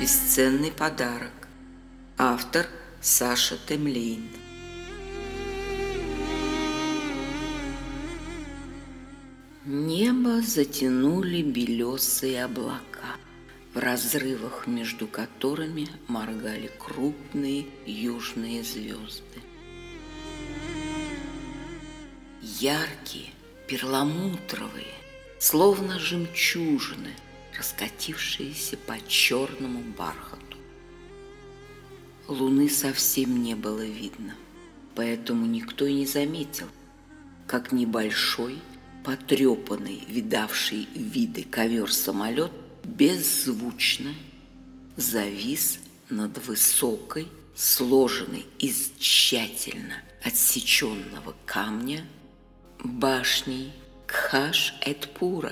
бесценный подарок. Автор Саша Темлейн. Небо затянули белесые облака, в разрывах между которыми моргали крупные южные звезды. Яркие, перламутровые, словно жемчужины, раскатившиеся по черному бархату. Луны совсем не было видно, поэтому никто и не заметил, как небольшой, потрепанный, видавший виды ковер-самолет беззвучно завис над высокой, сложенной из тщательно отсеченного камня башней Кхаш-эт-Пура.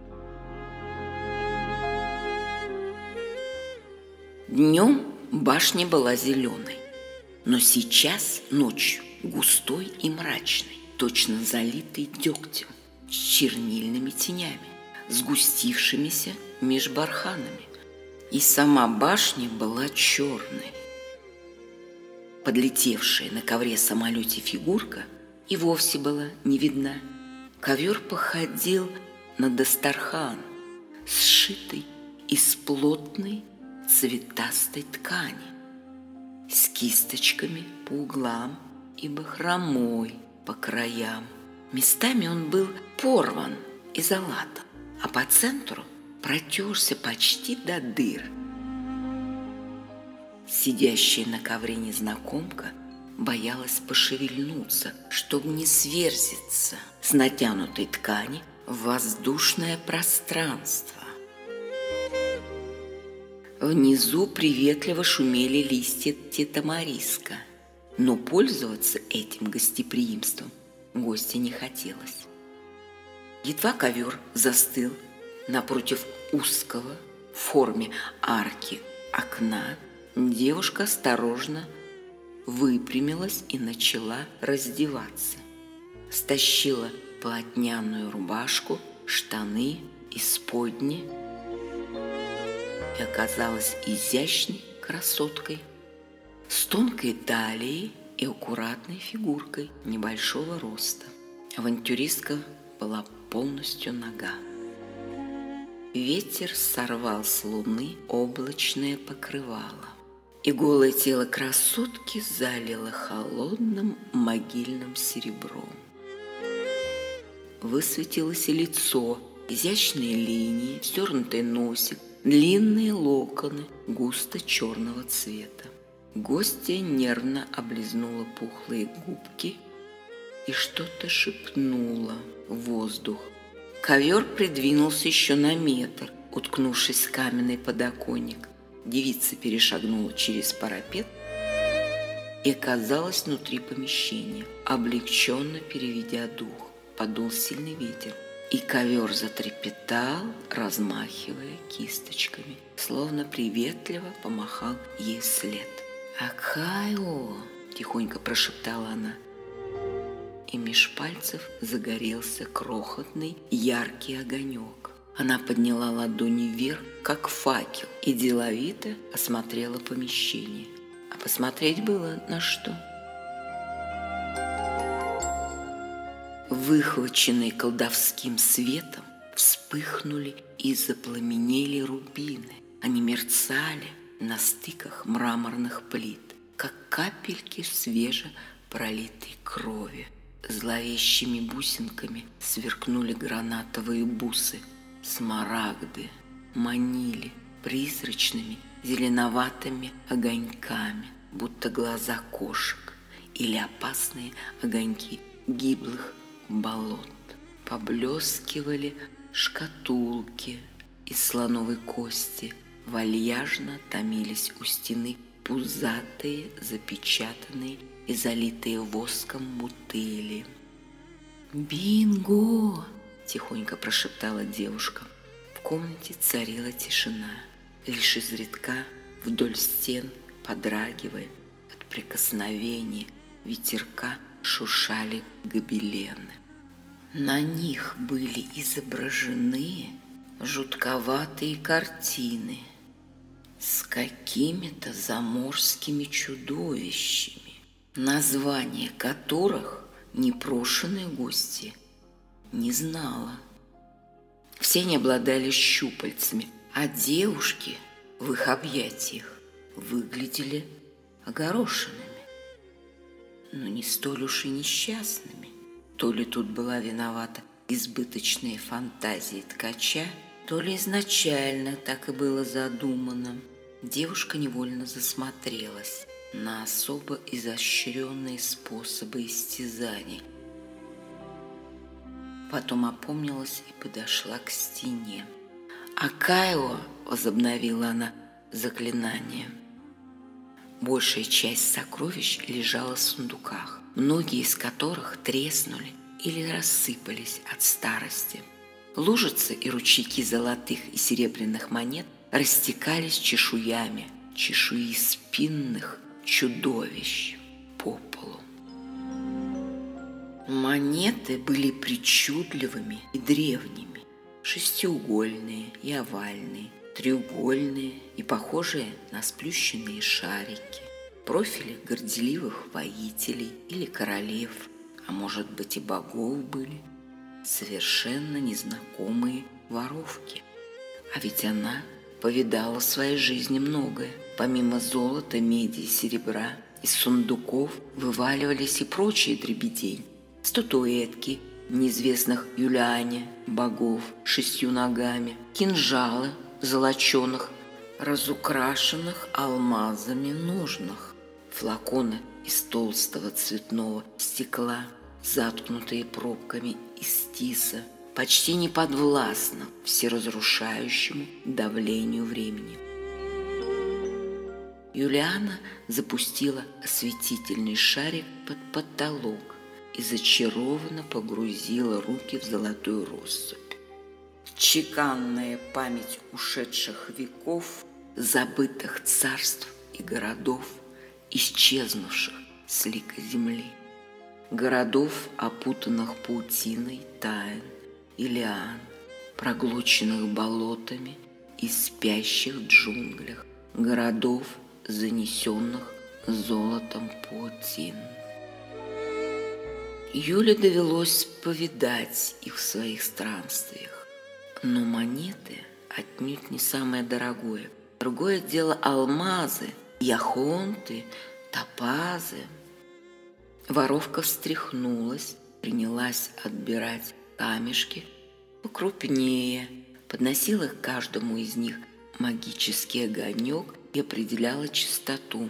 Днем башня была зеленой, но сейчас ночью густой и мрачной, точно залитой дегтем, с чернильными тенями, сгустившимися меж барханами, и сама башня была черной. Подлетевшая на ковре-самолете фигурка и вовсе была не видна. Ковер походил на дастархан, сшитый из плотной цветастой ткани, с кисточками по углам и бахромой по краям. Местами он был порван и залатан, а по центру протерся почти до дыр. Сидящая на ковре незнакомка боялась пошевельнуться, чтобы не сверзиться с натянутой ткани в воздушное пространство. Внизу приветливо шумели листья тетамариска, но пользоваться этим гостеприимством гостя не хотелось. Едва ковер застыл напротив узкого в форме арки окна, девушка осторожно выпрямилась и начала раздеваться. Стащила полотняную рубашку, штаны, исподни и оказалась изящной красоткой с тонкой талией и аккуратной фигуркой небольшого роста. Авантюристка была полностью нага. Ветер сорвал с луны облачное покрывало, и голое тело красотки залило холодным могильным серебром. Высветилось и лицо, изящные линии, сдернутый носик, длинные локоны густо черного цвета. Гостья нервно облизнула пухлые губки и что-то шепнула в воздух. Ковер придвинулся еще на метр, уткнувшись в каменный подоконник. Девица перешагнула через парапет и оказалась внутри помещения, облегченно переведя дух. Подул сильный ветер, и ковер затрепетал, размахивая кисточками, словно приветливо помахал ей вслед. «Акхайо!» – тихонько прошептала она, и меж пальцев загорелся крохотный яркий огонек. Она подняла ладони вверх, как факел, и деловито осмотрела помещение. А посмотреть было на что. Выхваченные колдовским светом вспыхнули и запламенели рубины. Они мерцали на стыках мраморных плит, как капельки свежепролитой крови. Зловещими бусинками сверкнули гранатовые бусы. Смарагды манили призрачными зеленоватыми огоньками, будто глаза кошек или опасные огоньки гиблых болот. Поблескивали шкатулки из слоновой кости, вальяжно томились у стены пузатые, запечатанные и залитые воском бутыли. «Бинго!» – тихонько прошептала девушка. В комнате царила тишина. Лишь изредка вдоль стен, подрагивая от прикосновения ветерка, шуршали гобелены. На них были изображены жутковатые картины с какими-то заморскими чудовищами, название которых непрошенные гости не знала. Все они обладали щупальцами, а девушки в их объятиях выглядели огорошенными, но не столь уж и несчастными. То ли тут была виновата избыточная фантазия ткача, то ли изначально так и было задумано. Девушка невольно засмотрелась на особо изощренные способы истязаний. Потом опомнилась и подошла к стене. «Акаео!» – возобновила она заклинание. Большая часть сокровищ лежала в сундуках, многие из которых треснули или рассыпались от старости. Лужицы и ручейки золотых и серебряных монет растекались чешуями чешуеспинных чудовищ по полу. Монеты были причудливыми и древними, шестиугольные и овальные, треугольные и похожие на сплющенные шарики, профили горделивых воителей или королев, а может быть и богов были, совершенно незнакомые воровки. А ведь она повидала в своей жизни многое. Помимо золота, меди и серебра, из сундуков вываливались и прочие дребедень. Статуэтки неизвестных юляне, богов, 6 ногами, кинжалы в золоченых, разукрашенных алмазами ножнах, флаконы из толстого цветного стекла, заткнутые пробками из тиса, почти не подвластно всеразрушающему давлению времени. Юлиана запустила осветительный шарик под потолок и зачарованно погрузила руки в золотую россыпь. Чеканная память ушедших веков, забытых царств и городов, исчезнувших с лика земли. Городов, опутанных паутиной тайн и лиан, проглоченных болотами и спящих в джунглях. Городов, занесенных золотом паутин. Юле довелось повидать их в своих странствиях, но монеты отнюдь не самое дорогое. Другое дело алмазы, яхонты, топазы. Воровка встряхнулась, принялась отбирать камешки покрупнее, подносила к каждому из них магический огонек и определяла чистоту.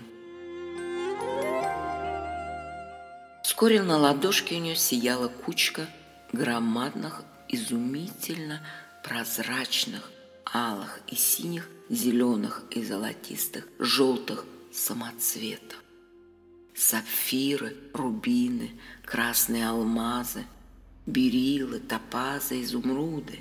Вскоре на ладошке у нее сияла кучка громадных, изумительно прозрачных, алых и синих, зеленых и золотистых, желтых самоцветов. Сапфиры, рубины, красные алмазы, бериллы, топазы, изумруды.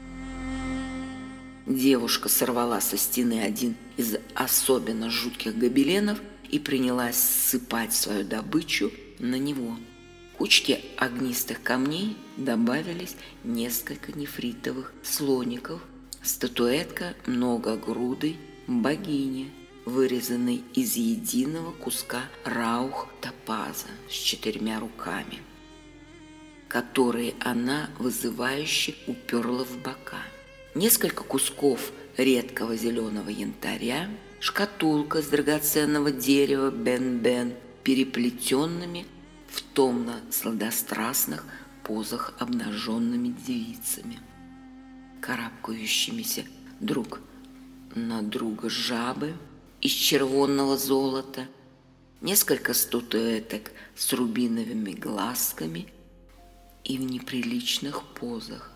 Девушка сорвала со стены один из особенно жутких гобеленов и принялась ссыпать свою добычу на него. К кучке огнистых камней добавились несколько нефритовых слоников, статуэтка многогрудой богини, вырезанной из единого куска раух-топаза с 4 руками, которые она вызывающе уперла в бока. Несколько кусков редкого зеленого янтаря, шкатулка с драгоценного дерева бен-бен, переплетенными в томно-сладострастных позах обнаженными девицами, карабкающимися друг на друга жабы из червонного золота, несколько статуэток с рубиновыми глазками и в неприличных позах.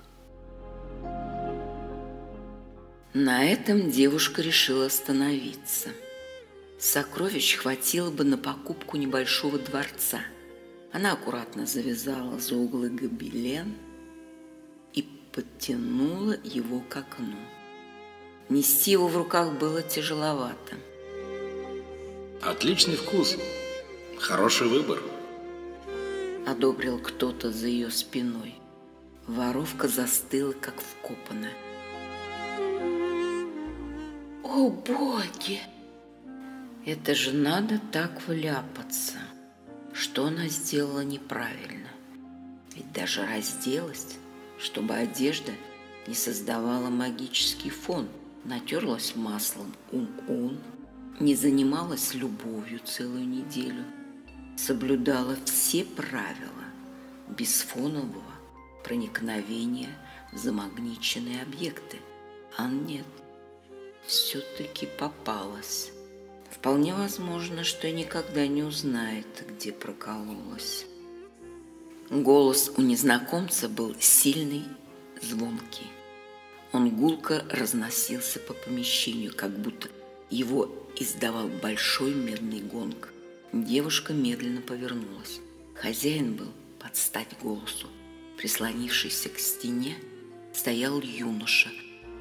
На этом девушка решила остановиться. Сокровищ хватило бы на покупку небольшого дворца. Она аккуратно завязала за углы гобелен и подтянула его к окну. Нести его в руках было тяжеловато. Отличный вкус. Хороший выбор. Одобрил кто-то за ее спиной. Воровка застыла, как вкопанная. О, боги! Это же надо так вляпаться. Что она сделала неправильно? Ведь даже разделась, чтобы одежда не создавала магический фон, натерлась маслом ун-ун, не занималась любовью целую неделю, соблюдала все правила без фонового проникновения в замагниченные объекты. А нет, все-таки попалась. Вполне возможно, что и никогда не узнает, где прокололась. Голос у незнакомца был сильный, звонкий. Он гулко разносился по помещению, как будто его издавал большой медный гонг. Девушка медленно повернулась. Хозяин был под стать голосу. Прислонившийся к стене стоял юноша,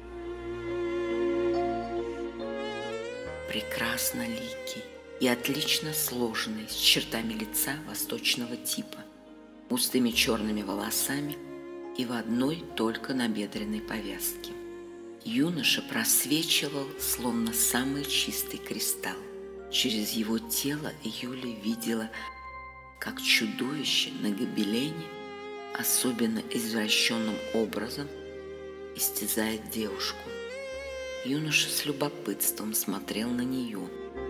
прекрасно ликий и отлично сложенный, с чертами лица восточного типа, густыми черными волосами и в одной только набедренной повязке. Юноша просвечивал, словно самый чистый кристалл. Через его тело Юля видела, как чудовище на гобелене особенно извращенным образом истязает девушку. Юноша с любопытством смотрел на нее.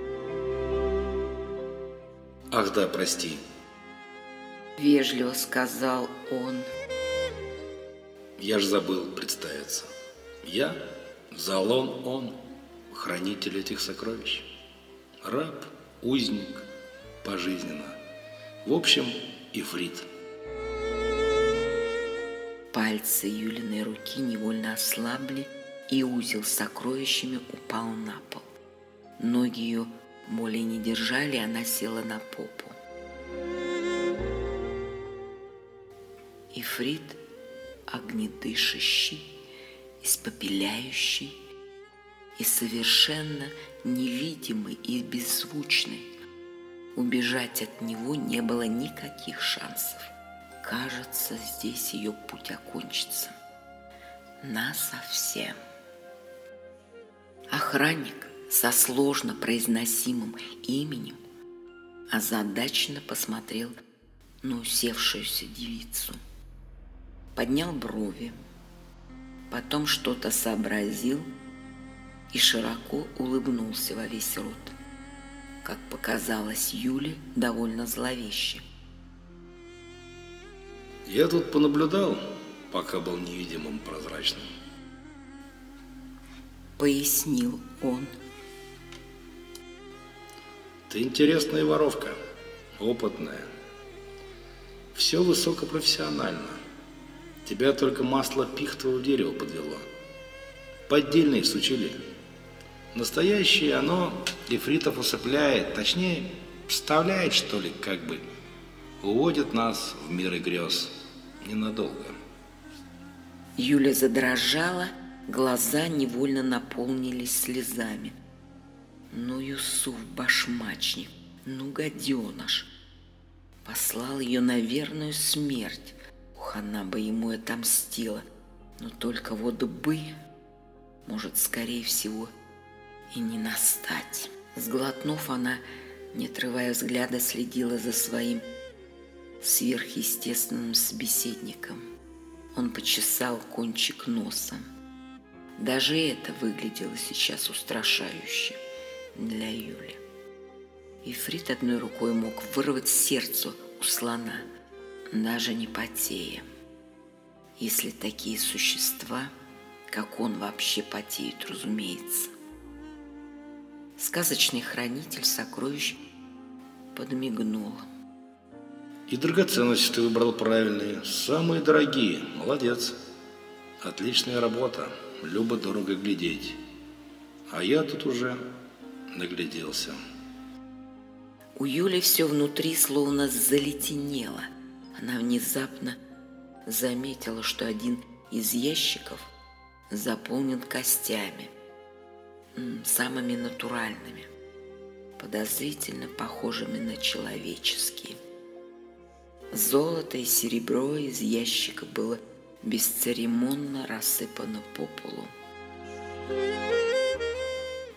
Ах да, прости. Вежливо сказал он. Я ж забыл представиться. Я Залон Он, хранитель этих сокровищ. Раб, узник, пожизненно. В общем, ифрит. Пальцы Юлиной руки невольно ослабли, и узел с сокровищами упал на пол. Ноги ее более не держали, и она села на попу. Ифрит, огнедышащий, испепеляющий и совершенно невидимый и беззвучный. Убежать от него не было никаких шансов. Кажется, здесь ее путь окончится. Насовсем. Охранник со сложно произносимым именем озадаченно посмотрел на усевшуюся девицу. Поднял брови, потом что-то сообразил и широко улыбнулся во весь рот, как показалось Юле, довольно зловеще. Я тут понаблюдал, пока был невидимым, прозрачным. Пояснил он. Ты интересная воровка, опытная. Все высокопрофессионально. Тебя только масло пихтового дерева подвело. Поддельные сучили. Настоящее оно ифритов усыпляет, точнее, вставляет, что ли, как бы. Уводит нас в мир и грез. Ненадолго. Юля задрожала, глаза невольно наполнились слезами. Ну, Юсуф, башмачник, ну, гаденыш. Послал ее на верную смерть. Ух, она бы ему отомстила. Но только вот бы, может, скорее всего, и не настать. Сглотнув, она, не отрывая взгляда, следила за своим сверхъестественным собеседником. Он почесал кончик носа. Даже это выглядело сейчас устрашающе для Юли. Ифрит одной рукой мог вырвать сердце у слона, даже не потея. Если такие существа, как он, вообще потеют, разумеется. Сказочный хранитель сокровищ подмигнул. И драгоценности ты выбрал правильные, самые дорогие, молодец. Отличная работа, любо-дорого глядеть. А я тут уже нагляделся. У Юли все внутри словно заледенело. Она внезапно заметила, что один из ящиков заполнен костями, самыми натуральными, подозрительно похожими на человеческие. Золото и серебро из ящика было бесцеремонно рассыпано по полу.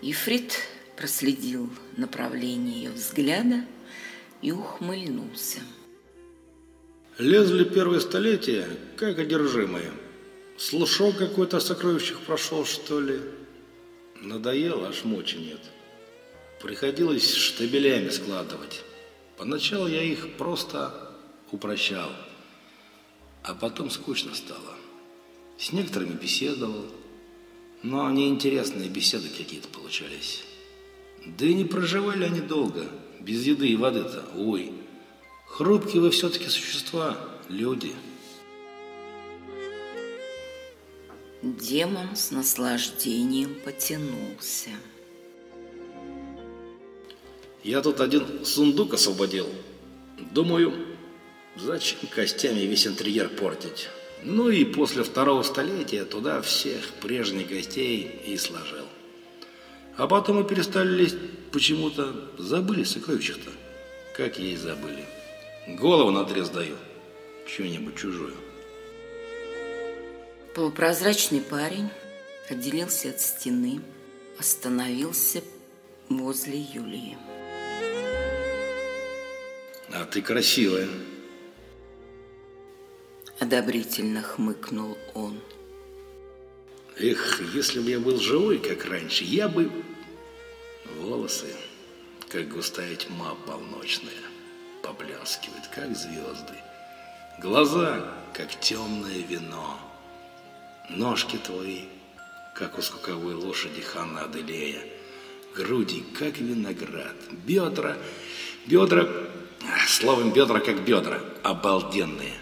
Ифрит проследил направление ее взгляда и ухмыльнулся. Лезли первые столетия, как одержимые. Слушок какой-то о сокровищах прошел, что ли. Надоело, аж мочи нет. Приходилось штабелями складывать. Поначалу я их просто упрощал. А потом скучно стало. С некоторыми беседовал, но неинтересные беседы какие-то получались. Да и не проживали они долго, без еды и воды-то. Ой, хрупкие вы все-таки существа, люди. Демон с наслаждением потянулся. Я тут один сундук освободил. Думаю, зачем костями весь интерьер портить? Ну и после 2-го столетия туда всех прежних гостей и сложил. А потом мы перестали лезть, почему-то забыли сокровищах-то. Как есть забыли. Голову наотрез даю. Что-нибудь чужое. Полупрозрачный парень отделился от стены, остановился возле Юлии. А ты красивая. Одобрительно хмыкнул он. Эх, если бы я был живой, как раньше, я бы... Волосы, как густая тьма полночная, поблескивают, как звезды. Глаза, как темное вино. Ножки твои, как у скаковой лошади хана Аделея. Груди, как виноград. Бедра, словом, бедра, как бедра, обалденные.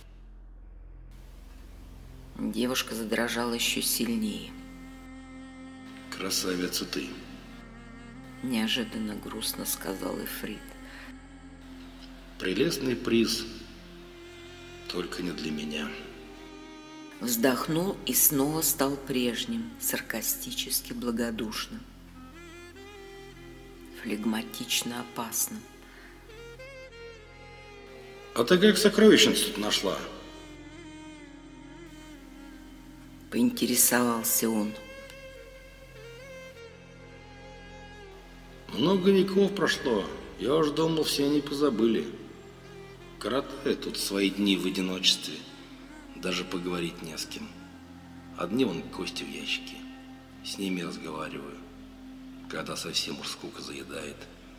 Девушка задрожала еще сильнее. Красавица ты. Неожиданно грустно сказал Ифрит. Прелестный приз, только не для меня. Вздохнул и снова стал прежним, саркастически благодушным, флегматично опасным. А ты как сокровищницу тут нашла? Поинтересовался он. Много веков прошло. Я уж думал, все они позабыли. Коротаю тут свои дни в одиночестве. Даже поговорить не с кем. Одни вон кости в ящике. С ними разговариваю, когда совсем уж скука заедает.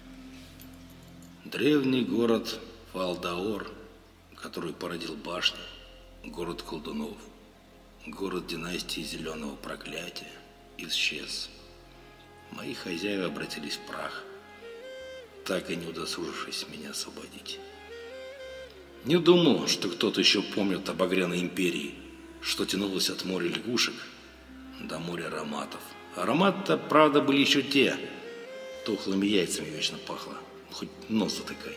Древний город Фалдаор, который породил башню, город колдунов, город династии Зеленого Проклятия, исчез. Мои хозяева обратились в прах, так и не удосужившись меня освободить. Не думал, что кто-то еще помнит об Багряной империи, что тянулось от моря лягушек до моря ароматов. Ароматы-то, правда, были еще те. Тухлыми яйцами вечно пахло, хоть нос затыкай.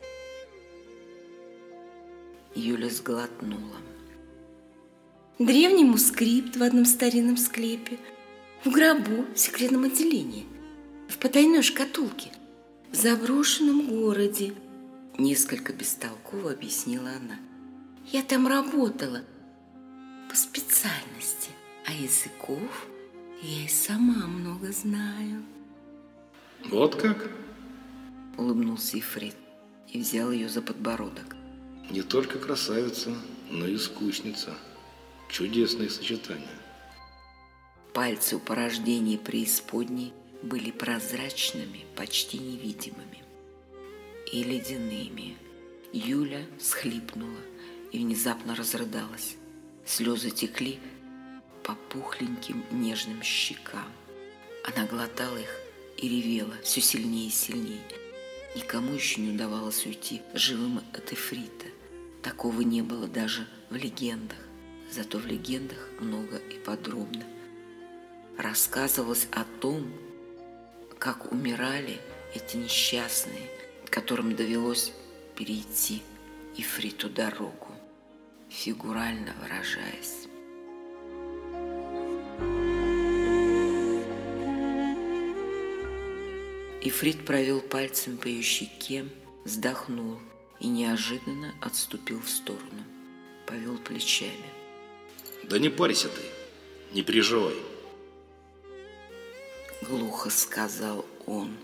Юля сглотнула. Древний мускрипт в одном старинном склепе, в гробу в секретном отделении, в потайной шкатулке, в заброшенном городе. Несколько бестолково объяснила она. Я там работала по специальности, а языков я и сама много знаю. Вот как? Улыбнулся Ифрит и взял ее за подбородок. Не только красавица, но и искусница. Чудесное сочетание. Пальцы у порождения преисподней были прозрачными, почти невидимыми и ледяными. Юля всхлипнула и внезапно разрыдалась. Слезы текли по пухленьким нежным щекам. Она глотала их и ревела все сильнее и сильнее. Никому еще не удавалось уйти живым от Ифрита. Такого не было даже в легендах. Зато в легендах много и подробно рассказывалось о том, как умирали эти несчастные, которым довелось перейти Ифриту дорогу, фигурально выражаясь. Ифрит провел пальцем по ее щеке, вздохнул и неожиданно отступил в сторону, повел плечами. Да не парься ты, не переживай. глухо сказал он.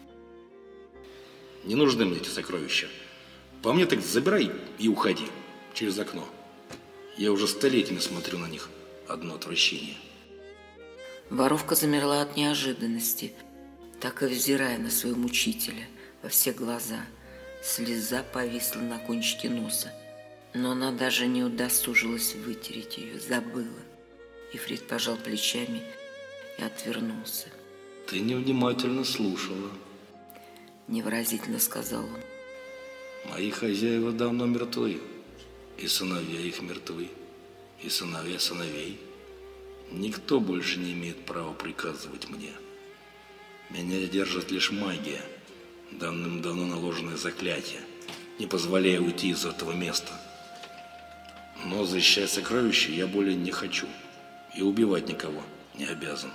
Не нужны мне эти сокровища. По мне так забирай и уходи через окно. Я уже столетиями смотрю на них. Одно отвращение. Воровка замерла от неожиданности, так и взирая на своего мучителя во все глаза. Слеза повисла на кончике носа, но она даже не удосужилась вытереть ее, забыла. Ифрит пожал плечами и отвернулся. Ты невнимательно слушала. Невыразительно сказал он. Мои хозяева давно мертвы, и сыновья их мертвы, и сыновья сыновей. Никто больше не имеет права приказывать мне. Меня держит лишь магия, давным-давно наложенное заклятие, не позволяя уйти из этого места. Но защищать сокровища я более не хочу, и убивать никого не обязан.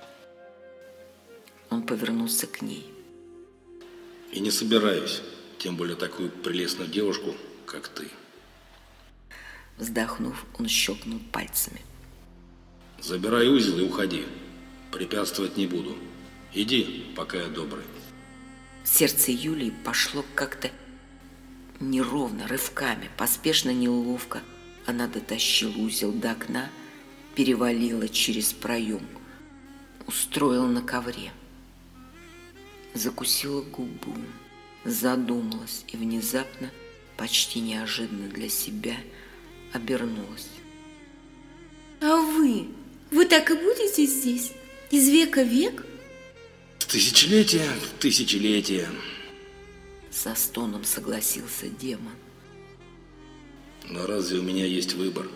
Он повернулся к ней. И не собираюсь, тем более такую прелестную девушку, как ты. Вздохнув, он щелкнул пальцами. Забирай узел и уходи. Препятствовать не буду. Иди, пока я добрый. Сердце Юлии пошло как-то неровно, рывками, поспешно, неловко. Она дотащила узел до окна, перевалила через проем, устроила на ковре. Закусила губу, задумалась и внезапно, почти неожиданно для себя, обернулась. А вы так и будете здесь? Из века в век? Тысячелетия, тысячелетия. Со стоном согласился демон. Но разве у меня есть выбор?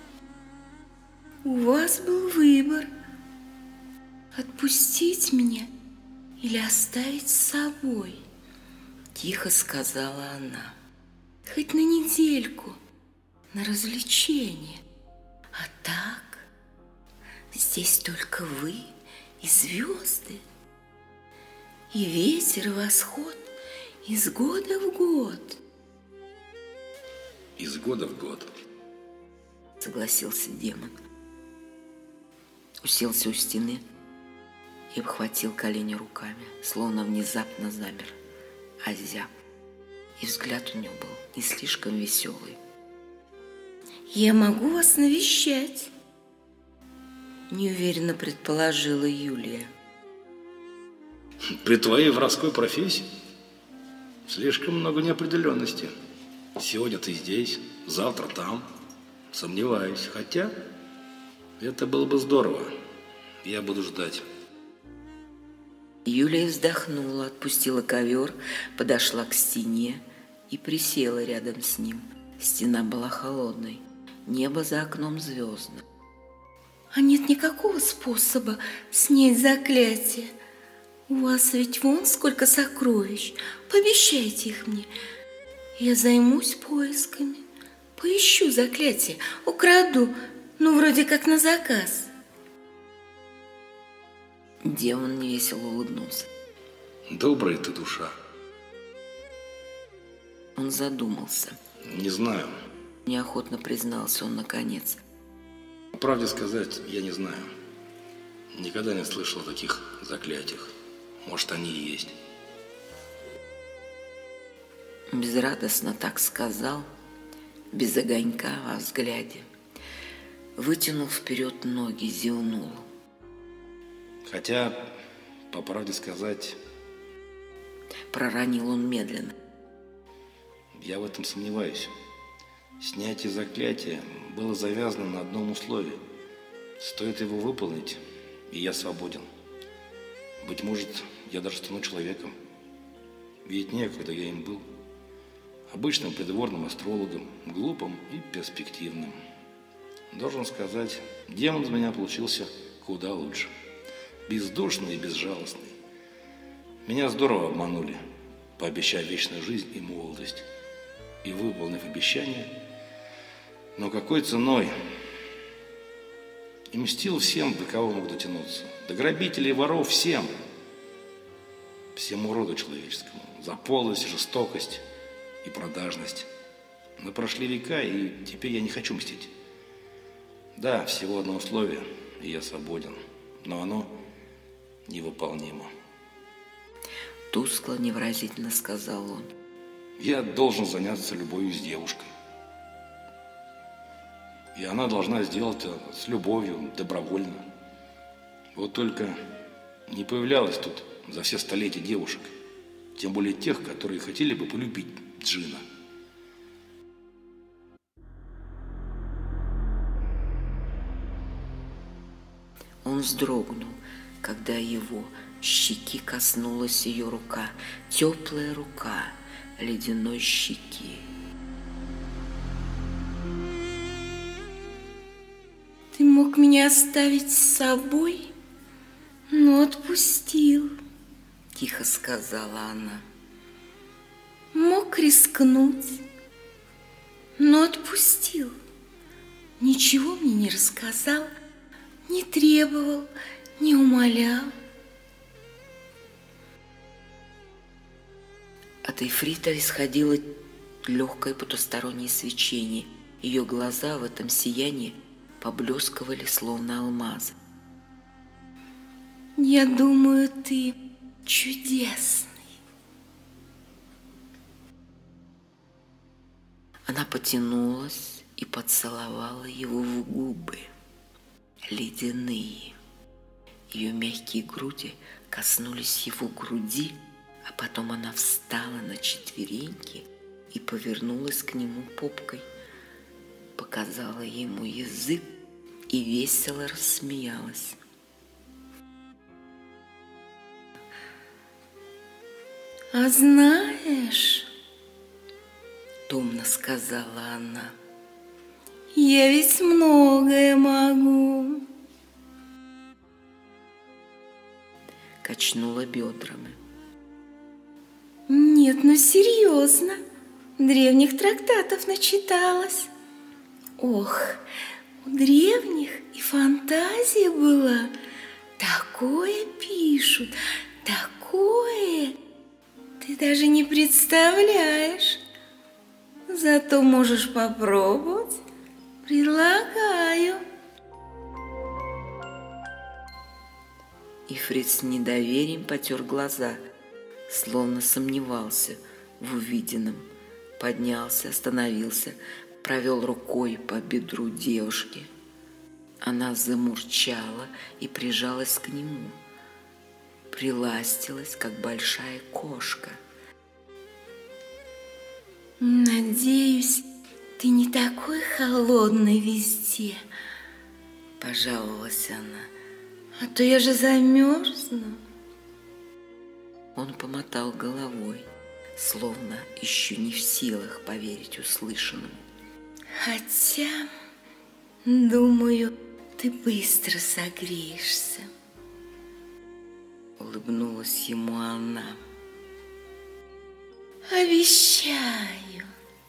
У вас был выбор. Отпустить меня или оставить с собой? Тихо сказала она. Хоть на недельку, на развлечение. А так, здесь только вы и звезды, и ветер, и восход из года в год. Из года в год. Согласился демон. Уселся у стены и обхватил колени руками, словно внезапно замер, озяб. И взгляд у него был не слишком веселый. Я могу вас навещать, неуверенно предположила Юлия. При твоей воровской профессии слишком много неопределенности. Сегодня ты здесь, завтра там. Сомневаюсь. Хотя это было бы здорово. Я буду ждать. Юлия вздохнула, отпустила ковер, подошла к стене и присела рядом с ним. Стена была холодной, небо за окном звездное. а нет никакого способа снять заклятие. У вас ведь вон сколько сокровищ. Пообещайте их мне. Я займусь поисками. Поищу заклятие, украду, вроде как на заказ. Демон невесело улыбнулся. Добрая ты душа. Он задумался. Не знаю. Неохотно признался он наконец. По правде сказать, я не знаю. Никогда не слышал о таких заклятиях. Может, они и есть. Безрадостно так сказал, без огонька во взгляде. Вытянув вперед ноги, зевнул. Хотя, по правде сказать, Проронил он медленно. я в этом сомневаюсь. Снятие заклятия было завязано на одном условии. Стоит его выполнить, и я свободен. Быть может, я даже стану человеком. Ведь некогда я им был. Обычным придворным астрологом, глупым и перспективным. Должен сказать, демон из меня получился куда лучше. Бездушный и безжалостный. Меня здорово обманули, пообещав вечную жизнь и молодость. И выполнив обещание, но какой ценой? И мстил всем, до кого мог дотянуться. До грабителей и воров всем. Всему роду человеческому. За подлость, жестокость и продажность. Но прошли века, и теперь я не хочу мстить. Да, всего одно условие, и я свободен. Но оно невыполнимо. Тускло, невыразительно сказал он. Я должен заняться любовью с девушкой. И она должна сделать это с любовью, добровольно. Вот только не появлялось тут за все столетия девушек. Тем более тех, которые хотели бы полюбить Джина. Он вздрогнул, когда его щеки коснулась ее рука, теплая рука ледяной щеки. Ты мог меня оставить с собой, но отпустил, Тихо сказала она. Мог рискнуть, но отпустил. Ничего мне не рассказал, не требовал, не умолял. От Ифрита исходило легкое потустороннее свечение. Ее глаза в этом сиянии поблескивали, словно алмазы. Я думаю, ты чудесный. Она потянулась и поцеловала его в губы, ледяные. Ее мягкие груди коснулись его груди, а потом она встала на четвереньки и повернулась к нему попкой, показала ему язык и весело рассмеялась. А знаешь, Томно сказала она, я ведь многое могу. качнула бедрами. Нет, ну серьезно, древних трактатов начиталась. Ох, у древних и фантазия была. Такое пишут, такое. Ты даже не представляешь. Зато можешь попробовать. Предлагаю. Ифрит с недоверием потер глаза, словно сомневался в увиденном. Поднялся, остановился, провел рукой по бедру девушки. Она замурчала и прижалась к нему, приластилась, как большая кошка. Надеюсь, ты не такой холодный везде, Пожаловалась она. а то я же замерзну. Он помотал головой, словно еще не в силах поверить услышанному. Хотя, думаю, ты быстро согреешься. Улыбнулась ему она. Обещаю.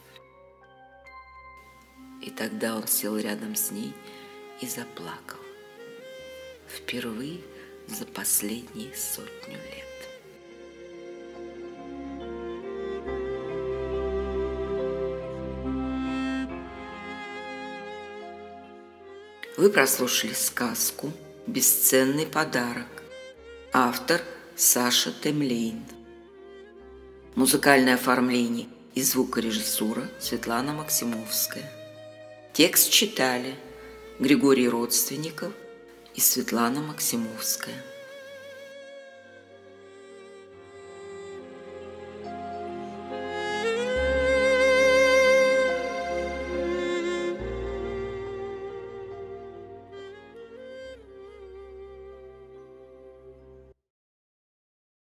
И тогда он сел рядом с ней и заплакал. Впервые за последние 100 лет. Вы прослушали сказку «Бесценный подарок». Автор Саша Темлейн. Музыкальное оформление и звукорежиссура Светлана Максимовская. Текст читали Григорий Родственников и Светлана Максимовская.